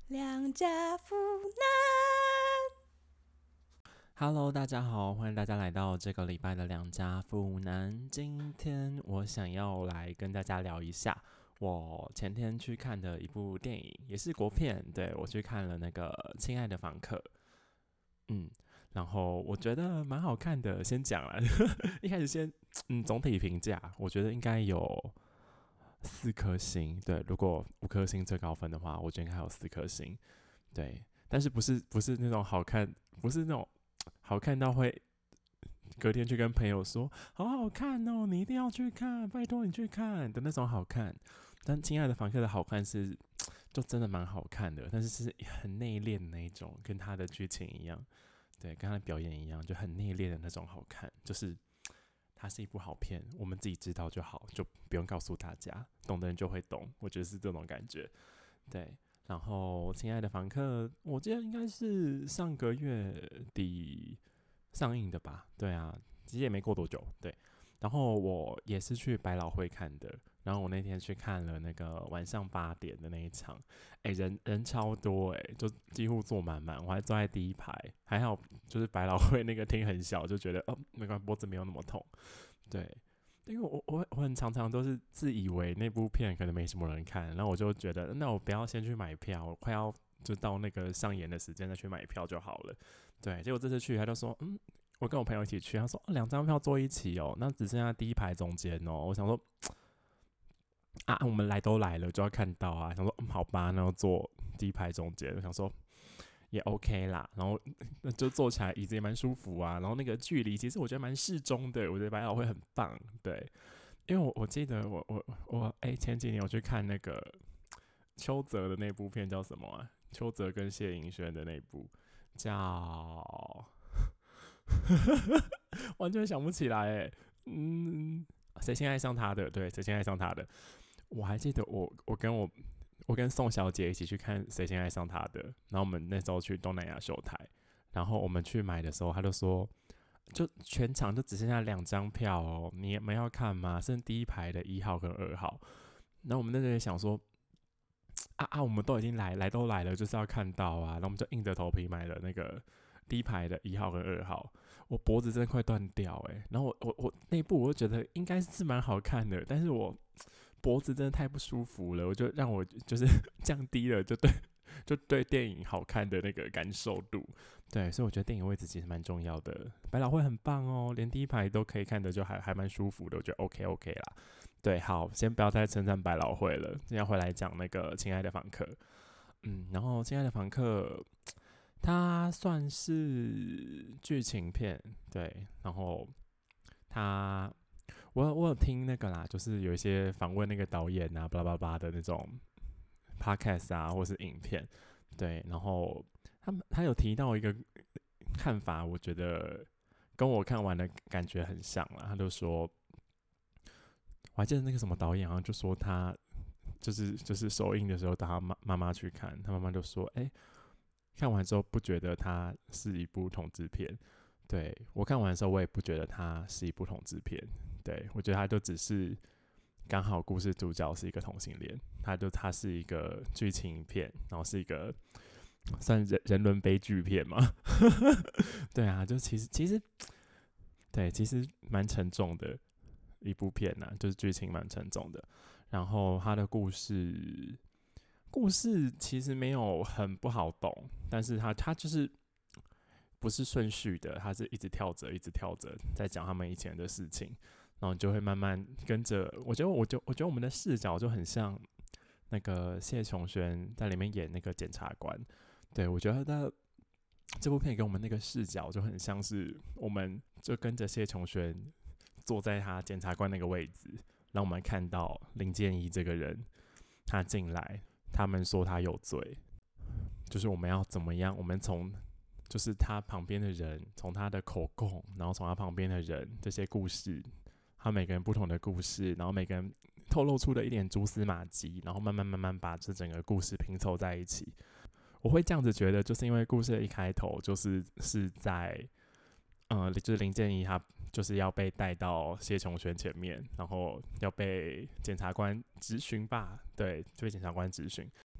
良家妇男。 Hello，大家好，欢迎大家来到这个礼拜的良家妇男。今天我想要来跟大家聊一下我前天去看的一部电影，也是国片。对，我去看了那个《亲爱的房客》，然后我觉得蛮好看的。先讲了，一开始总体评价，我觉得应该有4颗星。对，如果5颗星最高分的话，我觉得应该有4颗星。对，但是不是那种好看，不是那种好看到会隔天去跟朋友说好好看哦，你一定要去看，拜托你去看的那种好看。但亲爱的房客的好看是就真的蛮好看的，但是是很内敛的那一种，跟他的剧情一样，对，跟他的表演一样，就很内敛的那种好看。就是它是一部好片，我们自己知道就好，就不用告诉大家，懂的人就会懂。我觉得是这种感觉，对。然后，亲爱的房客，我记得应该是上个月底上映的吧？对啊，其实也没过多久。对，然后我也是去百老汇看的，然后我那天去看了那个晚上8点的那一场，人超多就几乎坐满满，我还坐在第一排，还好就是百老汇那个厅很小，就觉得没关系，脖子没有那么痛。对，因为我很常常都是自以为那部片可能没什么人看，然后我就觉得那我不要先去买票，我快要就到那个上演的时间再去买票就好了。对，结果这次去他就说，我跟我朋友一起去，他说2张票坐一起哦，那只剩下第一排中间哦。我想说我们来都来了就要看到啊，想说好吧，那就坐第一排中间。我想说也 OK 啦，然后那就坐起来椅子也蛮舒服啊，然后那个距离其实我觉得蛮适中的，我觉得百老汇很棒。对，因为我记得我前几年我去看那个邱泽的那部片叫什么啊？邱泽跟谢盈萱的那部叫完全想不起来谁先爱上他的？对，谁先爱上他的？我还记得我跟宋小姐一起去看谁先爱上他的，然后我们那时候去东南亚秀台，然后我们去买的时候，他就说，就全场就只剩下2张票哦，你们要看吗？剩第一排的1号跟2号。然后我们那时候也想说，我们都已经来都来了，就是要看到啊，然后我们就硬着头皮买了那个第一排的1号跟2号。我脖子真的快断掉然后我那一部我就觉得应该是蛮好看的，但是我脖子真的太不舒服了，我就让我就是降低了就对电影好看的那个感受度。对，所以我觉得电影位置其实蛮重要的。百老汇很棒哦，连第一排都可以看的，就还蛮舒服的，我觉得 OK 啦。对，好，先不要再称赞百老汇了，现在回来讲那个《亲爱的房客》。然后《亲爱的房客》它算是剧情片，对，然后它我有听那个啦，就是有一些访问那个导演啊，巴拉巴拉的那种 podcast 啊，或是影片，对，然后他有提到一个看法，我觉得跟我看完的感觉很像啦。他就说，我还记得那个什么导演好像就说他就是首映的时候带他妈妈去看，他妈妈就说，看完之后不觉得它是一部同志片。对，我看完的时候，我也不觉得它是一部同志片。对，我觉得它就只是刚好故事主角是一个同性恋，它是一个剧情片，然后是一个算人伦悲剧片嘛。对啊，就其实对，其实蛮沉重的一部片呐、就是剧情蛮沉重的。然后它的故事其实没有很不好懂，但是它就是不是顺序的，它是一直跳着，一直跳着，在讲他们以前的事情，然后你就会慢慢跟着。我觉得我们的视角就很像那个谢琼轩在里面演那个检察官。对，我觉得这部片给我们那个视角就很像是我们就跟着谢琼轩坐在他检察官那个位置，让我们看到林建一这个人，他进来，他们说他有罪，就是我们要怎么样？我们从就是他旁边的人，从他的口供，然后从他旁边的人这些故事，他每个人不同的故事，然后每个人透露出的一点蛛丝马迹，然后慢慢把这整个故事拼凑在一起。我会这样子觉得，就是因为故事的一开头是在就是林建一他就是要被带到谢琼轩前面，然后要被检察官质询吧，对，就被检察官质询。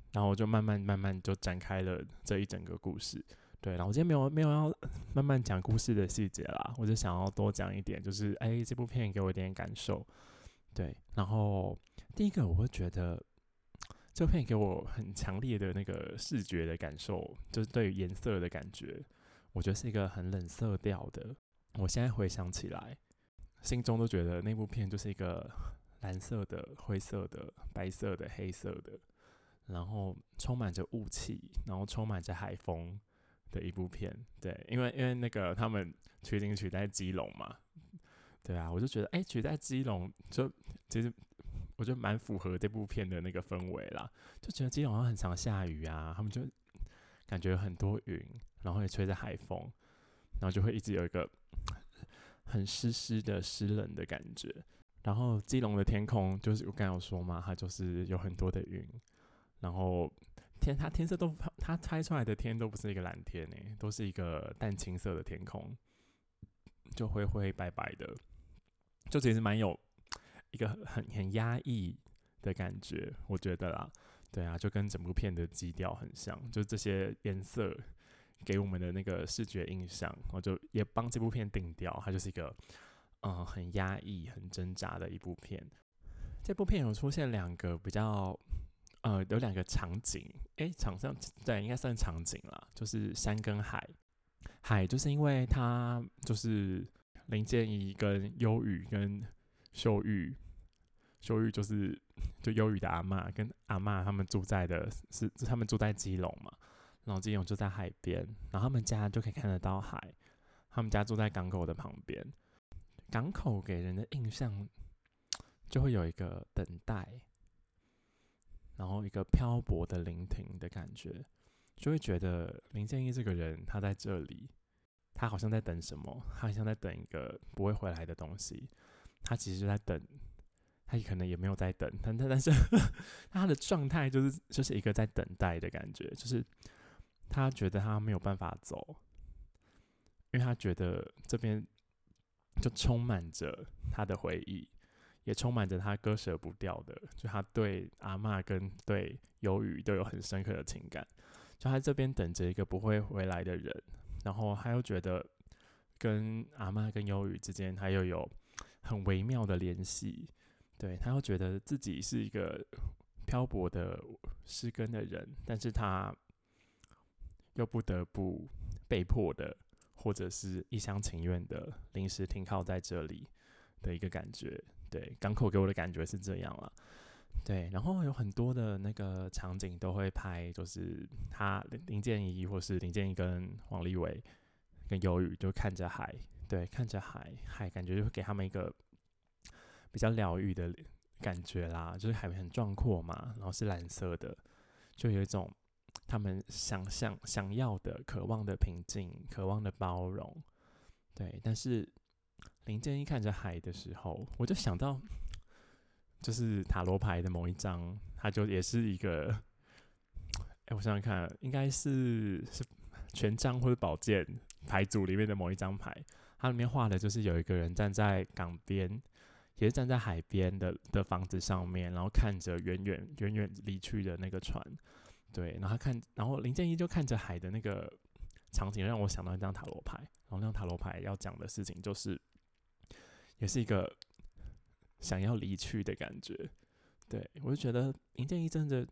然后就慢慢就展开了这一整个故事。对，然后我今天没有要慢慢讲故事的细节啦，我就想要多讲一点，就是这部片给我一点感受。对，然后第一个我会觉得这部片给我很强烈的那个视觉的感受，就是对于颜色的感觉，我觉得是一个很冷色调的。我现在回想起来，心中都觉得那部片就是一个蓝色的、灰色的、白色的、黑色的，然后充满着雾气，然后充满着海风的一部片。对，因为那个他们取景取在基隆嘛，对啊，我就觉得取在基隆就其实我觉得蛮符合这部片的那个氛围啦，就觉得基隆好像很常下雨啊，他们就感觉很多云，然后也吹着海风，然后就会一直有一个很湿湿的湿冷的感觉。然后基隆的天空就是我刚才有说嘛，它就是有很多的云，然后它天色都它拍出来的天都不是一个蓝天都是一个淡青色的天空，就灰灰白白的，就其实蛮有一个很压抑的感觉，我觉得啦。对啊，就跟整部片的基调很像，就这些颜色给我们的那个视觉印象，我就也帮这部片定调，它就是一个很压抑、很挣扎的一部片。这部片有出现两个比较有两个场景，场上对应该算场景啦，就是山跟海。海就是因为它就是林建怡跟忧郁跟秀玉，秀玉就忧郁的阿嬷跟阿嬷他们住在他们住在基隆嘛，然后基隆就在海边，然后他们家就可以看得到海，他们家住在港口的旁边，港口给人的印象就会有一个等待，然后一个漂泊的聆听的感觉，就会觉得林建义这个人他在这里，他好像在等什么，他好像在等一个不会回来的东西，他其实在等，他可能也没有在等，但是他的状态就是一个在等待的感觉，就是他觉得他没有办法走，因为他觉得这边就充满着他的回忆，也充满着他割舍不掉的，就他对阿嬷跟对忧郁都有很深刻的情感，就他这边等着一个不会回来的人，然后他又觉得跟阿嬷跟忧郁之间他又有很微妙的联系，对，他又觉得自己是一个漂泊的失根的人，但是他又不得不被迫的或者是一厢情愿的临时停靠在这里的一个感觉。对，港口给我的感觉是这样啦。对，然后有很多的那个场景都会拍，就是他林建怡或是林建怡跟王立伟跟忧郁就看着海，对，看着海感觉就会给他们一个比较疗愈的感觉啦，就是海很壮阔嘛，然后是蓝色的，就有一种他们想要的、渴望的平静、渴望的包容。对，但是林建一看着海的时候，我就想到，就是塔罗牌的某一张，它就也是一个，我想想看，应该是权杖或者宝剑牌组里面的某一张牌，它里面画的就是有一个人站在港边，也是站在海边的房子上面，然后看着远远离去的那个船。对，然后林建一就看着海的那个场景，让我想到一张塔罗牌。然后那张塔罗牌要讲的事情，就是也是一个想要离去的感觉。对，我就觉得林建一真的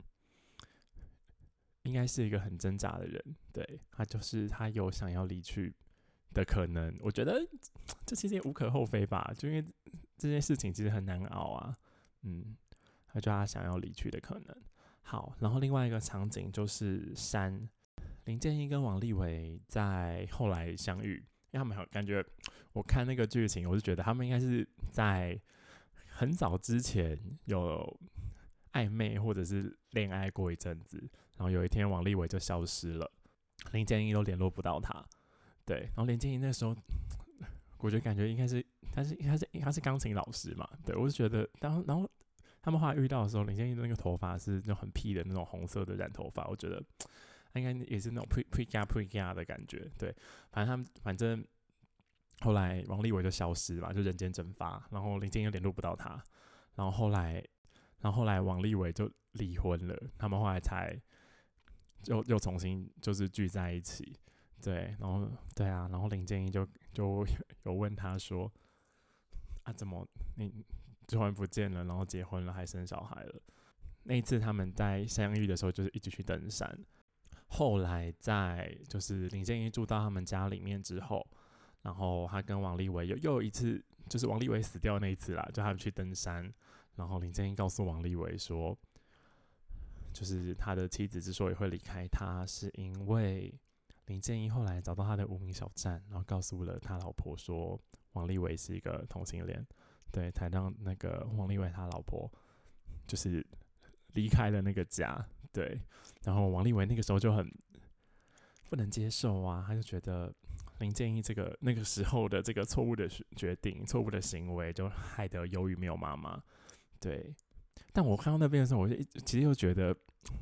应该是一个很挣扎的人。对，他有想要离去的可能。我觉得这其实也无可厚非吧，就因为这件事情其实很难熬啊。他想要离去的可能。好，然后另外一个场景就是山，林建一跟王立伟在后来相遇，因为他们感觉，我看那个剧情，我就觉得他们应该是在很早之前有暧昧或者是恋爱过一阵子，然后有一天王立伟就消失了，林建一都联络不到他。对，然后林建一那时候，我就感觉应该是他是钢琴老师嘛，对，我就觉得，然后他们后来遇到的时候，林建一那个头发是那种很屁的那种红色的染头发，我觉得他应该也是那种 pre 的感觉。对，反正后来王立伟就消失嘛，就人间蒸发，然后林建一又联络不到他，然后后来王立伟就离婚了，他们后来才又重新就是聚在一起。对，然后对啊，然后林建一就有问他说啊，怎么你突然不见了，然后结婚了还生小孩了？那一次他们在相遇的时候就是一起去登山，后来在就是林建一住到他们家里面之后，然后他跟王立伟又有一次，就是王立伟死掉那一次啦，就他们去登山，然后林建一告诉王立伟说，就是他的妻子之所以会离开他，是因为林建一后来找到他的无名小站，然后告诉了他老婆说王立伟是一个同性恋，对，才让那个王立伟他老婆就是离开了那个家，对，然后王立伟那个时候就很不能接受啊，他就觉得林建一那个时候的这个错误的决定、错误的行为，就害得忧郁没有妈妈，对。但我看到那边的时候，我就其实又觉得，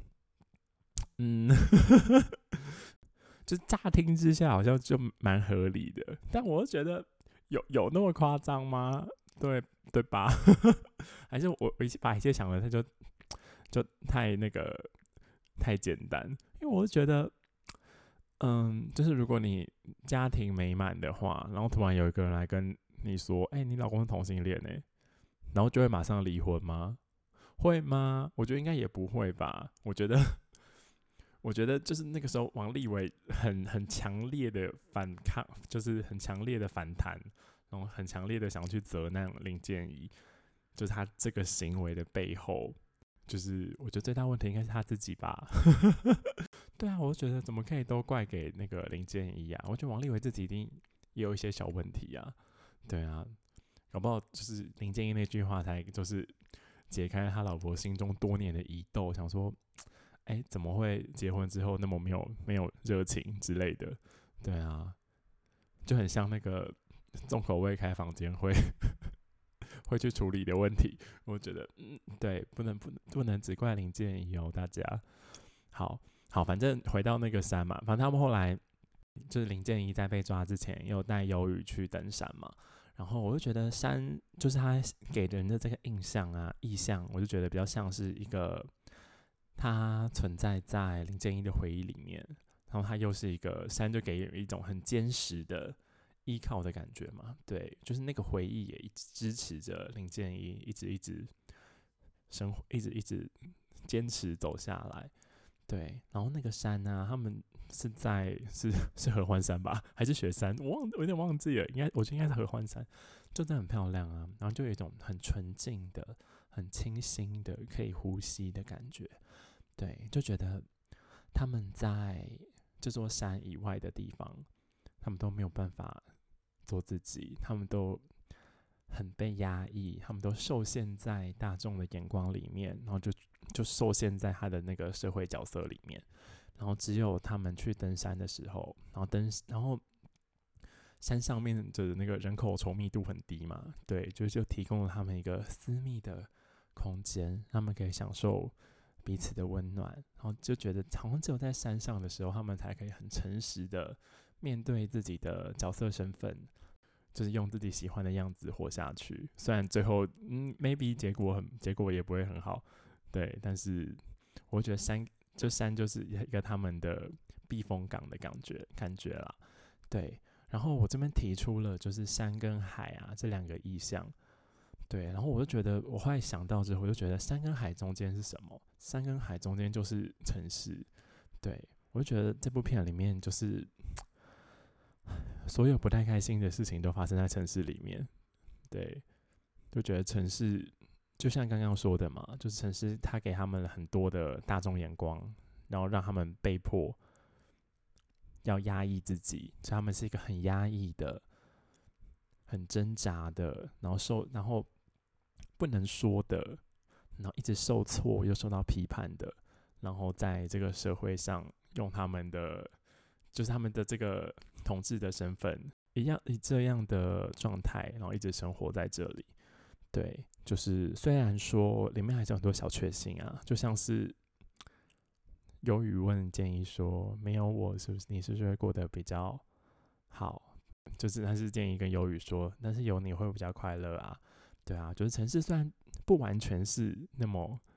就乍听之下好像就蛮合理的，但我觉得有那么夸张吗？对吧？还是我把一切想的他就太那个太简单，因为我觉得，就是如果你家庭美满的话，然后突然有一个人来跟你说，你老公是同性恋然后就会马上离婚吗？会吗？我觉得应该也不会吧。我觉得就是那个时候，王立伟很强烈的反抗，就是很强烈的反弹，然后很强烈的想去责难林建一，就是他这个行为的背后，就是我觉得最大问题应该是他自己吧。对啊，我就觉得怎么可以都怪给那个林建一啊？我觉得王立伟自己一定也有一些小问题啊。对啊，搞不好就是林建一那句话才就是解开了他老婆心中多年的疑窦，想说，怎么会结婚之后那么没有热情之类的？对啊，就很像那个重口味开房间会去处理的问题。我觉得，对，不能只怪林建一哦，大家。好，反正回到那个山嘛，反正他们后来就是林建一在被抓之前，又带忧郁去登山嘛。然后我就觉得山就是他给人的这个印象啊、意象，我就觉得比较像是一个他存在在林建一的回忆里面，然后他又是一个山，就给人一种很坚实的依靠的感觉嘛。对，就是那个回忆也一直支持着林建一，一直生活，一直坚持走下来。对，然后那个山啊，他们是合欢山吧，还是雪山？我有点忘记了，我觉得应该是合欢山，就真的很漂亮啊。然后就有一种很纯净的、很清新的、可以呼吸的感觉。对，就觉得他们在这座山以外的地方，他们都没有办法做自己，他们都很被压抑，他们都受限在大众的眼光里面，然后就受限在他的那个社会角色里面，然后只有他们去登山的时候，然后山上面的那个人口稠密度很低嘛，对，就提供了他们一个私密的空间，让他们可以享受彼此的温暖，然后就觉得好像只有在山上的时候，他们才可以很诚实的面对自己的角色身份，就是用自己喜欢的样子活下去。虽然最后maybe 结果也不会很好，对，但是我觉得山就是一个他们的避风港的感觉啦，对。然后我这边提出了就是山跟海啊这两个意象，对，然后我就觉得我后来想到之后，我就觉得山跟海中间是什么？山跟海中间就是城市，对，我就觉得这部片里面就是所有不太开心的事情都发生在城市里面，对，就觉得城市就像刚刚说的嘛，就是城市它给他们很多的大众眼光，然后让他们被迫要压抑自己，所以他们是一个很压抑的、很挣扎的，然后不能说的，然后一直受挫又受到批判的，然后在这个社会上用他们的这个统治的身份，以这样的状态，然后一直生活在这里。对，就是虽然说里面还是有很多小确幸啊，就像是有语问建议说，没有我你是不是会过得比较好？就是他是建议跟忧郁说，但是有你会比较快乐啊。对啊，就是城市虽然不完全是那么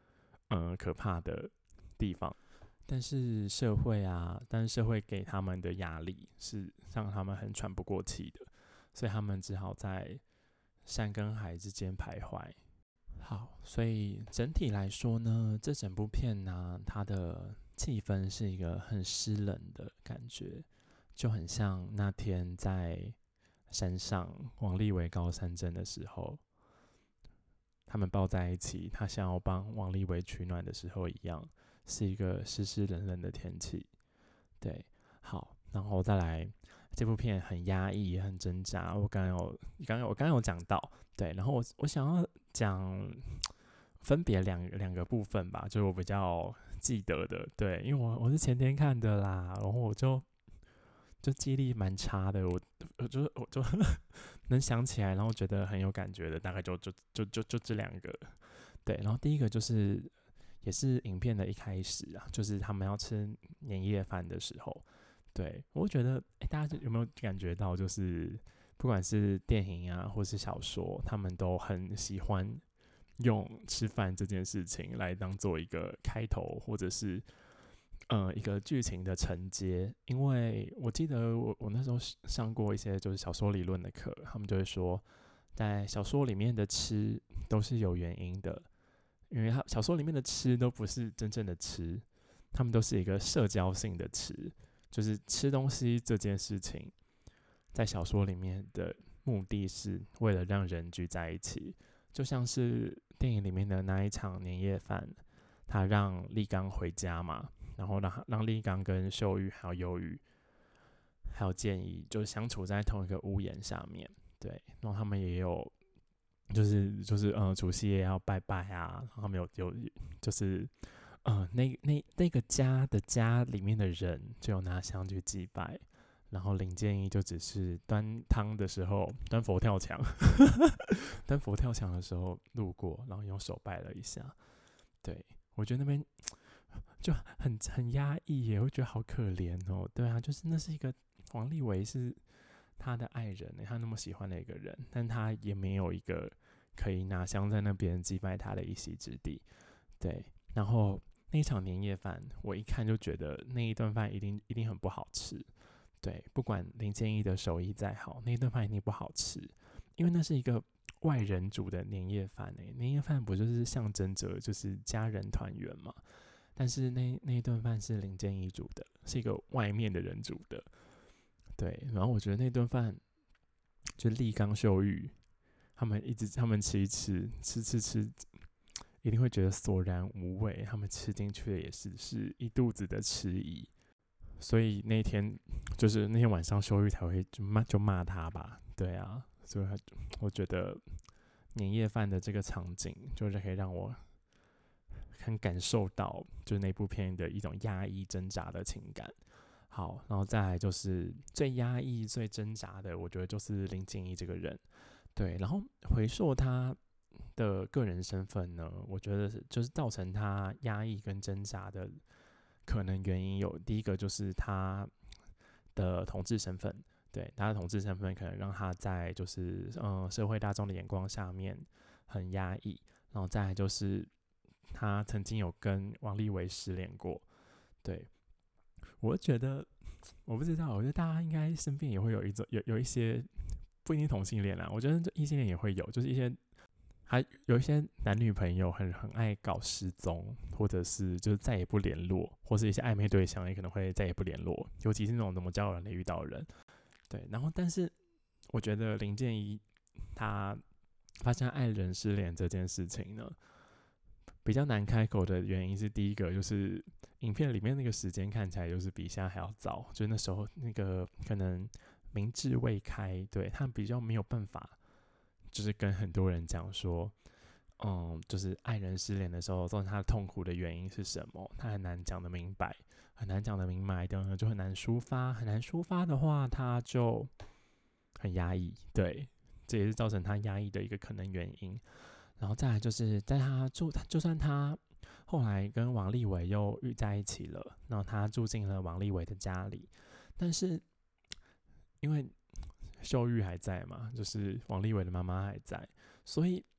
可怕的地方。但是社会给他们的压力是让他们很喘不过气的，所以他们只好在山跟海之间徘徊。好，所以整体来说呢，这整部片呢，它的气氛是一个很湿冷的感觉，就很像那天在山上王力维高山症的时候，他们抱在一起，他想要帮王力维取暖的时候一样，是一个湿湿冷冷的天气。对，好，然后再来，这部片很压抑，也很挣扎。我刚刚有讲到，对，然后我想要讲分别两个部分吧，就是我比较记得的，对，因为我是前天看的啦，然后我就记忆力蛮差的，我就能想起来，然后觉得很有感觉的，大概就这两个，对，然后第一个就是也是影片的一开始啊，就是他们要吃年夜饭的时候，对我觉得，大家有没有感觉到，就是不管是电影啊，或是小说，他们都很喜欢用吃饭这件事情来当做一个开头，或者是一个剧情的承接。因为我记得我那时候上过一些就是小说理论的课，他们就会说，在小说里面的吃都是有原因的，因为小说里面的吃都不是真正的吃，他们都是一个社交性的吃，就是吃东西这件事情，在小说里面的目的是为了让人聚在一起，就像是电影里面的那一场年夜饭，他让立刚回家嘛，然后让立刚跟秀玉还有忧郁还有建议就相处在同一个屋檐下面，对，然后他们也有就是除夕夜要拜拜啊，然后他们有就是那个家里面的人就有拿香去祭拜，然后林建议就只是端汤的时候端佛跳墙端佛跳墙的时候路过，然后用手拜了一下。对，我觉得那边就很压抑耶，我觉得好可怜哦。对啊，就是那是一个王力维是他的爱人，他那么喜欢的一个人，但他也没有一个可以拿香在那边祭拜他的一席之地。对，然后那一场年夜饭，我一看就觉得那一顿饭一定很不好吃。对，不管林建一的手艺再好，那一顿饭一定不好吃，因为那是一个外人煮的年夜饭年夜饭不就是象征着就是家人团圆嘛？但是那一顿饭是林建一煮的，是一个外面的人煮的。对，然后我觉得那顿饭就立刚秀玉他们吃一吃，一定会觉得索然无味。他们吃进去的也是一肚子的迟疑，所以那天就是那天晚上秀玉才会就骂他吧。对啊，所以我觉得年夜饭的这个场景，就是可以让我很感受到，就是那部片的一种压抑挣扎的情感。好，然后再来就是最压抑、最挣扎的，我觉得就是林静怡这个人。对，然后回溯他的个人身份呢，我觉得就是造成他压抑跟挣扎的可能原因有，第一个就是他的同志身份，对，他的同志身份可能让他在就是社会大众的眼光下面很压抑，然后再来就是他曾经有跟王力维失恋过，对，我觉得我不知道，我觉得大家应该身边也会有一些不一定同性恋啦，我觉得异性恋也会有，就是还有一些男女朋友很爱搞失踪，或者是就是再也不联络，或是一些暧昧对象也可能会再也不联络，尤其是那种怎么交友软件遇到的人。对，然后但是我觉得林建一他发生爱人失联这件事情呢，比较难开口的原因是第一个就是影片里面那个时间看起来就是比现在还要早，就是那时候那个可能明智未开，对他比较没有办法。就是跟很多人讲说，就是爱人失联的时候，造成他的痛苦的原因是什么，他很难讲得明白，很难讲得明白的，就很难抒发，很难抒发的话，他就很压抑，对，这也是造成他压抑的一个可能原因。然后再来就是在就算他后来跟王力维又遇在一起了，然后他住进了王力维的家里，但是因为秀玉还在嘛，就是王力维的妈妈还在，所以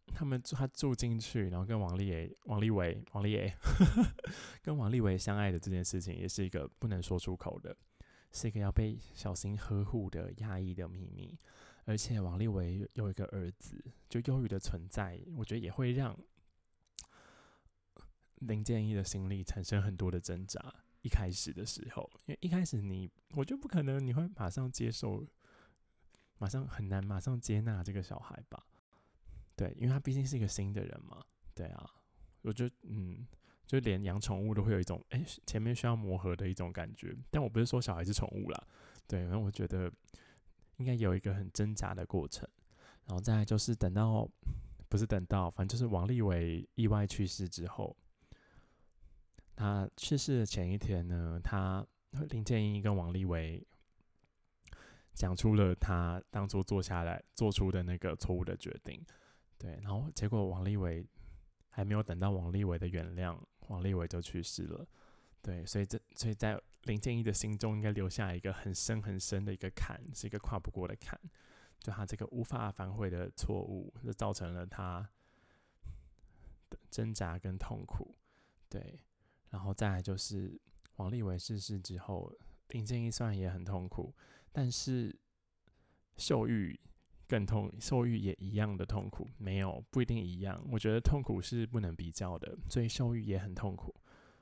他住进去，然后跟王力维跟王力维相爱的这件事情，也是一个不能说出口的，是一个要被小心呵护的压抑的秘密。而且王力维有一个儿子，就忧郁的存在，我觉得也会让林建一的心里产生很多的挣扎。一开始的时候，因为一开始我觉得不可能你会马上接受，很难马上接纳这个小孩吧。对，因为他毕竟是一个新的人嘛。对啊，我觉得就连养宠物都会有一种前面需要磨合的一种感觉。但我不是说小孩是宠物啦，对，然后我觉得应该有一个很挣扎的过程。然后再来就是不是等到，反正就是王力维意外去世之后，他去世的前一天呢，林建一跟王力维讲出了他当初做出的那个错误的决定。对，然后结果王力维还没有等到王力维的原谅，王力维就去世了。对，所以在林建一的心中应该留下一个很深很深的一个坎，是一个跨不过的坎。就他这个无法反悔的错误，就造成了他的挣扎跟痛苦。对，然后再来就是王力维逝世之后，林建一虽然也很痛苦，但是秀玉也一样的痛苦，没有不一定一样。我觉得痛苦是不能比较的，所以秀玉也很痛苦，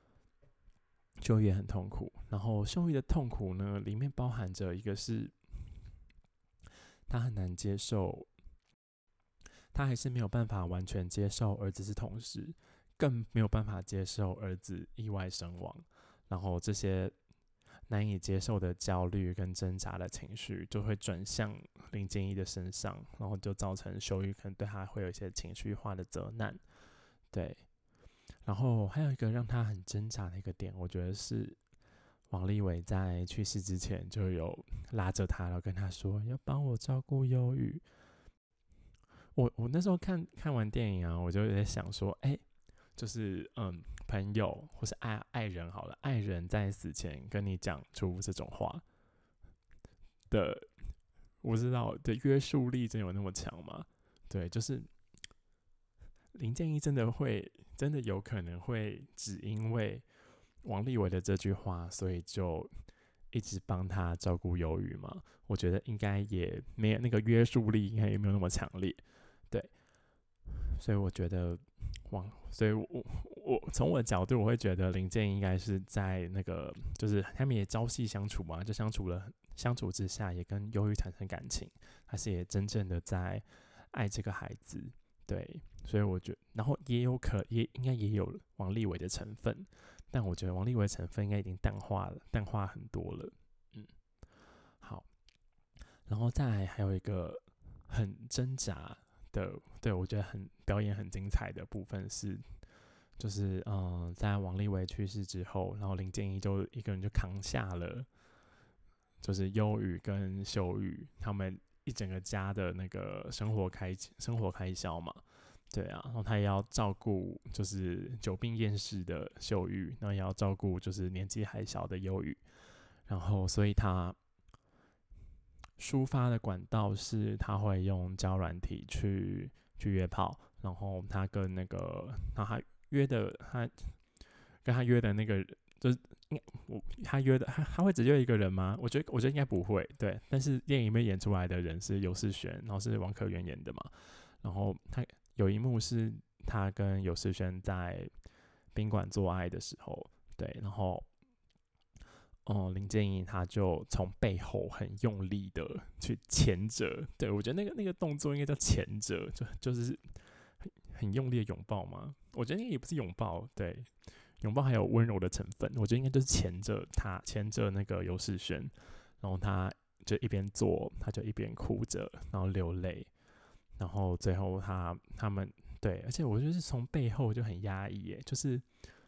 然后秀玉的痛苦呢，里面包含着一个是他很难接受，他还是没有办法完全接受儿子是同事，更没有办法接受儿子意外身亡，然后这些难以接受的焦虑跟挣扎的情绪就会转向林建一的身上，然后就造成秀玉可能对他会有一些情绪化的责难。对，然后还有一个让他很挣扎的一个点，我觉得是王力维在去世之前就有拉着他，然后跟他说要帮我照顾忧郁。我那时候看完电影啊，我就在想说，就是朋友或是爱人好了，爱人在死前跟你讲出这种话的，我不知道的约束力真有那么强吗？对，就是林建一真的有可能会只因为王力维的这句话，所以就一直帮他照顾忧郁吗？我觉得应该也没有那个约束力，应该也没有那么强烈。对，所以我觉得所以我从我的角度，我会觉得林建应该是在那个，就是他们也朝夕相处嘛，就相处之下，也跟忧郁产生感情，还是也真正的在爱这个孩子。对，所以我觉得，然后也应该也有王力维的成分，但我觉得王力维的成分应该已经淡化很多了。好，然后再来还有一个很挣扎的，对，我觉得表演很精彩的部分是，就是在王力维去世之后，然后林建一就一个人就扛下了，就是忧郁跟秀玉他们一整个家的那个生活开销嘛。对啊，然后他也要照顾就是久病厌世的秀玉，然后也要照顾就是年纪还小的忧郁，然后所以他抒发的管道是他会用交软体去约炮，然后他跟那个他跟他约的那个就是他约的他会只约一个人吗？我觉得应该不会，对。但是电影里面演出来的人是尤世轩，然后是王可元演的嘛。然后他有一幕是他跟尤世轩在宾馆做爱的时候，对，然后林建一他就从背后很用力的去牵着，对，我觉得那个动作应该叫牵着，就是很用力的拥抱嘛。我觉得也不是拥抱，对，拥抱还有温柔的成分，我觉得应该就是牵着那个尤世轩，然后他就一边做，他就一边哭着，然后流泪，然后最后他们对，而且我觉得是从背后就很压抑耶，就是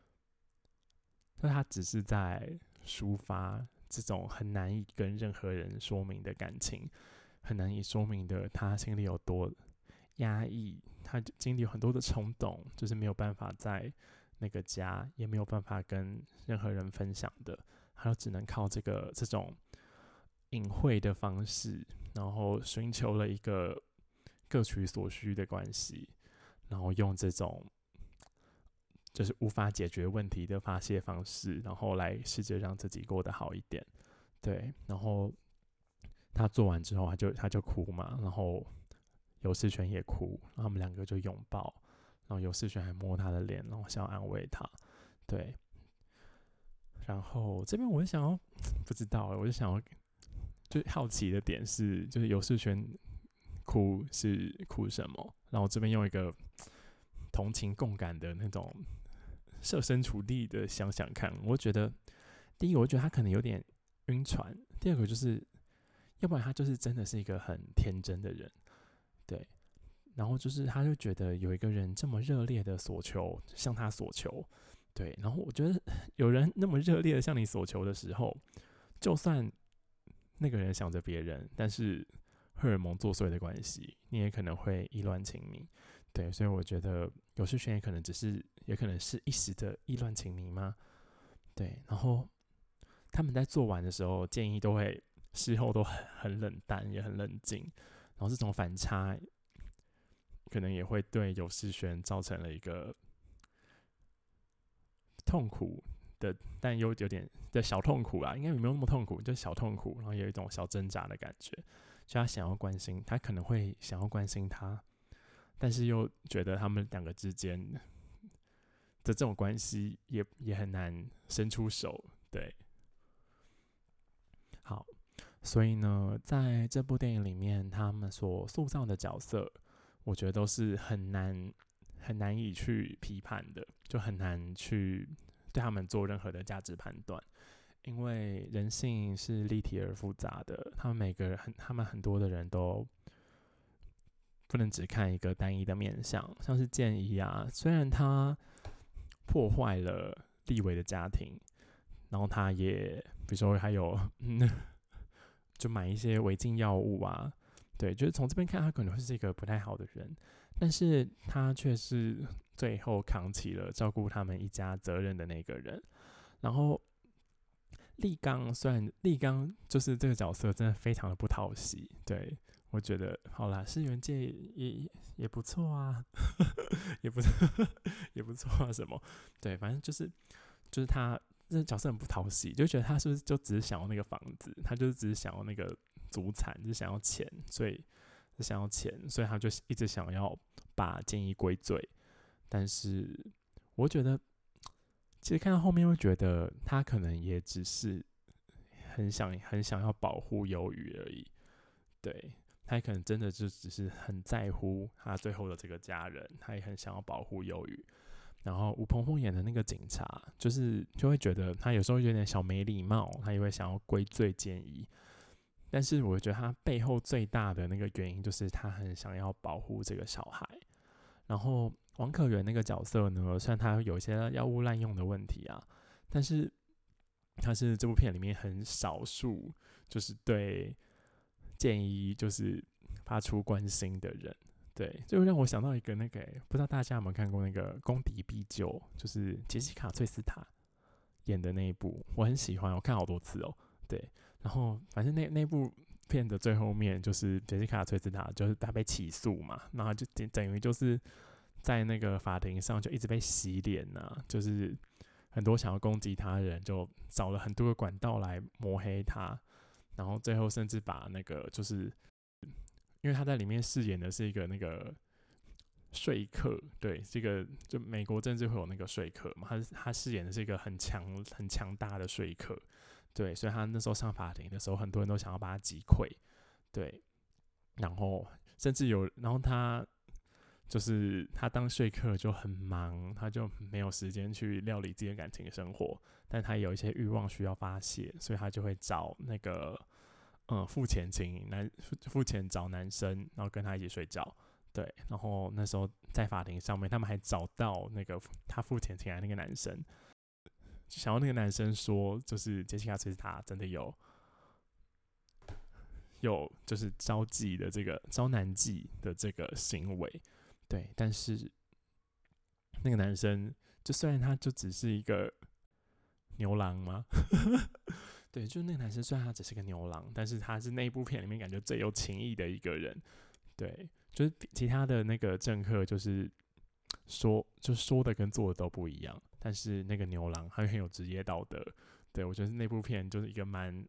他只是在抒发这种很难以跟任何人说明的感情，很难以说明的他心里有多压抑，他经历有很多的冲动，就是没有办法在那个家，也没有办法跟任何人分享的，他就只能靠这种隐晦的方式，然后寻求了一个各取所需的关系。 然后用这种就是无法解决问题的发泄方式，然后来试着让自己过得好一点。对，然后他做完之后，他就哭嘛，然后游世轩也哭，然后他们两个就拥抱，然后游世轩还摸他的脸，然后想要安慰他。对，然后这边我就想要不知道，我就想要就好奇的点是，就是游世轩哭是哭什么？然后这边用一个同情共感的那种设身处地的想想看，我觉得第一个，我觉得他可能有点晕船；第二个就是，要不然他就是真的是一个很天真的人，对。然后就是他就觉得有一个人这么热烈的索求，向他索求，对。然后我觉得有人那么热烈的向你索求的时候，就算那个人想着别人，但是荷尔蒙作祟的关系，你也可能会意乱情迷。对，所以我觉得有世轩也可能是一时的意乱情迷吗？对，然后他们在做完的时候，建议都会事后都很冷淡，也很冷静。然后这种反差，可能也会对有世轩造成了一个痛苦的，但又有点的小痛苦啦，应该也没有那么痛苦，就小痛苦，然后有一种小挣扎的感觉。就他想要关心，他可能会想要关心他，但是又觉得他们两个之间的这种关系也很难伸出手。对，好，所以呢，在这部电影里面，他们所塑造的角色，我觉得都是很难以去批判的，就很难去对他们做任何的价值判断，因为人性是立体而复杂的，他们很多的人都不能只看一个单一的面向，像是建一啊，虽然他破坏了立伟的家庭，然后他也比如说还有就买一些违禁药物啊，对，就是从这边看他可能会是一个不太好的人，但是他却是最后扛起了照顾他们一家责任的那个人。然后立刚虽然立刚就是这个角色真的非常的不讨喜，对，我觉得好啦，世元界也不错啊，也不也不错啊什么，对，反正就是他这角色很不讨喜，就觉得他是不是就只是想要那个房子，他就是只是想要那个祖产，就是想要钱，所以他就一直想要把建议归罪。但是我觉得，其实看到后面会觉得他可能也只是很想要保护鱿鱼而已，对。他可能真的就只是很在乎他最后的这个家人，他也很想要保护鱿鱼。然后吴鹏凤演的那个警察，就会觉得他有时候有点小没礼貌，他也会想要归罪建议。但是我觉得他背后最大的那个原因，就是他很想要保护这个小孩。然后王可元那个角色呢，虽然他有一些药物滥用的问题啊，但是他是这部片里面很少数就是对建议就是发出关心的人。对，就让我想到一个那个，不知道大家有没有看过那个《攻敌必救》，就是杰西卡·翠斯塔演的那一部，我很喜欢，我看好多次哦。对，然后反正那部片的最后面，就是杰西卡·翠斯塔，就是他被起诉嘛，然后就等于就是在那个法庭上就一直被洗脸啊，就是很多想要攻击他的人就找了很多个管道来抹黑他，然后最后甚至把那个就是因为他在里面饰演的是一个那个说客，对，这个就美国政治会有那个说客嘛，他饰演的是一个很强大的说客，对，所以他那时候上法庭的时候，很多人都想要把他击溃，对，然后甚至然后就是他当说客就很忙，他就没有时间去料理自己的感情生活，但他有一些欲望需要发泄，所以他就会找那个付钱找男生，然后跟他一起睡觉。对，然后那时候在法庭上面，他们还找到那个他付钱请来那个男生，想要那个男生说，就是杰西卡·崔斯塔真的有就是招男妓的这个行为，对，但是那个男生就虽然他就只是一个牛郎吗？对，就那个男生虽然他只是个牛郎，但是他是那一部片里面感觉最有情义的一个人。对，就是其他的那个政客就是说的跟做的都不一样，但是那个牛郎他很有职业道德。对，我觉得那部片就是一个蛮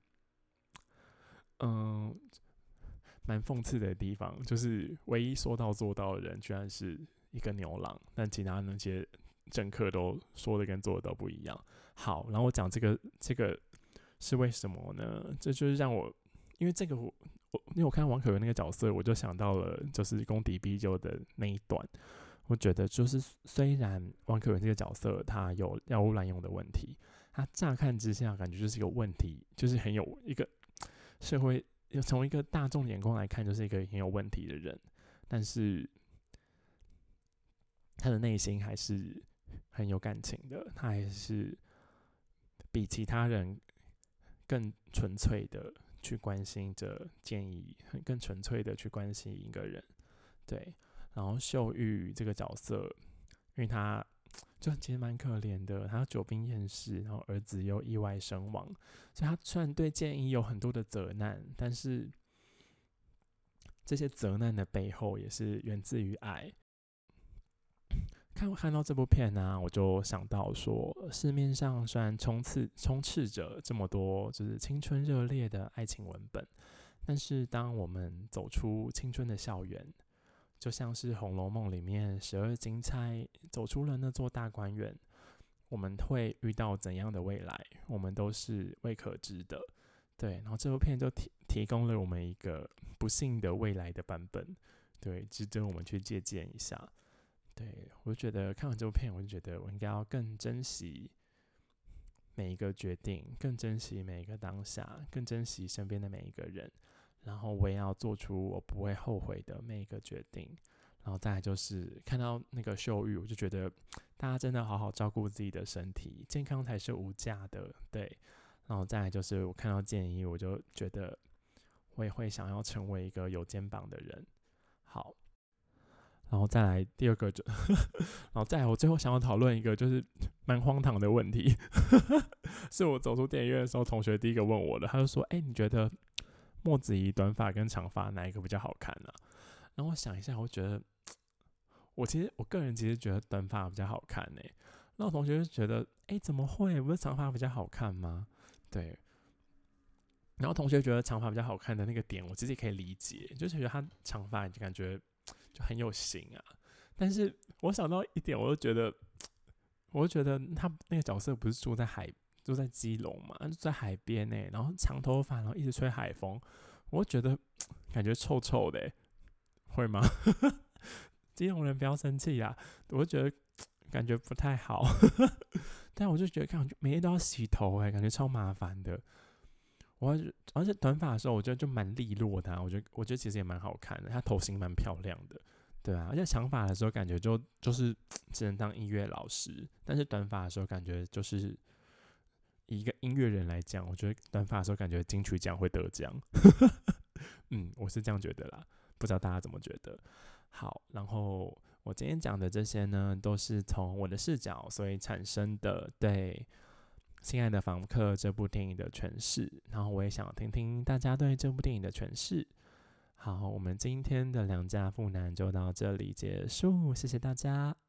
讽刺的地方，就是唯一说到做到的人居然是一个牛郎，但其他那些政客都说的跟做的都不一样。好，然后我讲这个是为什么呢？这就是让我因为这个因为我看王可元那个角色，我就想到了就是宫敌必救的那一段。我觉得就是虽然王可元这个角色他有药物滥用的问题，他乍看之下感觉就是一个问题，就是很有一个社会从一个大众眼光来看，就是一个很有问题的人，但是他的内心还是很有感情的，他还是比其他人更纯粹的去关心着建议，更纯粹的去关心一个人。对，然后秀玉这个角色，因为他就其实蛮可怜的，他久病厌世，然后儿子又意外身亡，所以他虽然对建议有很多的责难，但是这些责难的背后也是源自于爱。看到这部片呢，我就想到说，市面上虽然充斥着这么多就是青春热烈的爱情文本，但是当我们走出青春的校园，就像是《红楼梦》里面12金钗走出了那座大观园，我们会遇到怎样的未来，我们都是未可知的。对，然后这部片就提供了我们一个不幸的未来的版本，对，值得我们去借鉴一下。对，我就觉得看完这部片，我就觉得我应该要更珍惜每一个决定，更珍惜每一个当下，更珍惜身边的每一个人，然后我也要做出我不会后悔的每一个决定。然后再来就是看到那个秀玉，我就觉得大家真的好好照顾自己的身体，健康才是无价的。对，然后再来就是我看到建议，我就觉得我也会想要成为一个有肩膀的人。好。然后再来第二个然后再来我最后想要讨论一个就是蛮荒唐的问题，是我走出电影院的时候，同学第一个问我的，他就说：“你觉得莫子仪短发跟长发哪一个比较好看啊？”然后我想一下，我觉得我个人其实觉得短发比较好看欸。那我同学就觉得：“怎么会？不是长发比较好看吗？”对。然后同学觉得长发比较好看的那个点，我自己可以理解，就是觉得他长发就感觉就很有型啊。但是我想到一点，我就觉得他那个角色不是住在基隆嘛，就在海边欸，然后长头发，然后一直吹海风，我就觉得感觉臭臭的欸，会吗？基隆人不要生气啦，我就觉得感觉不太好。但我就觉得看每天都要洗头感觉超麻烦的。而且短发的时候，我觉得就蛮利落的我觉得其实也蛮好看的，他头型蛮漂亮的，对啊。而且长发的时候感觉就是只能当音乐老师，但是短发的时候感觉就是以一个音乐人来讲，我觉得短发的时候感觉金曲奖会得奖。我是这样觉得啦，不知道大家怎么觉得。好，然后我今天讲的这些呢，都是从我的视角所以产生的对亲爱的房客这部电影的诠释，然后我也想听听大家对这部电影的诠释。好，我们今天的良家妇男就到这里结束，谢谢大家。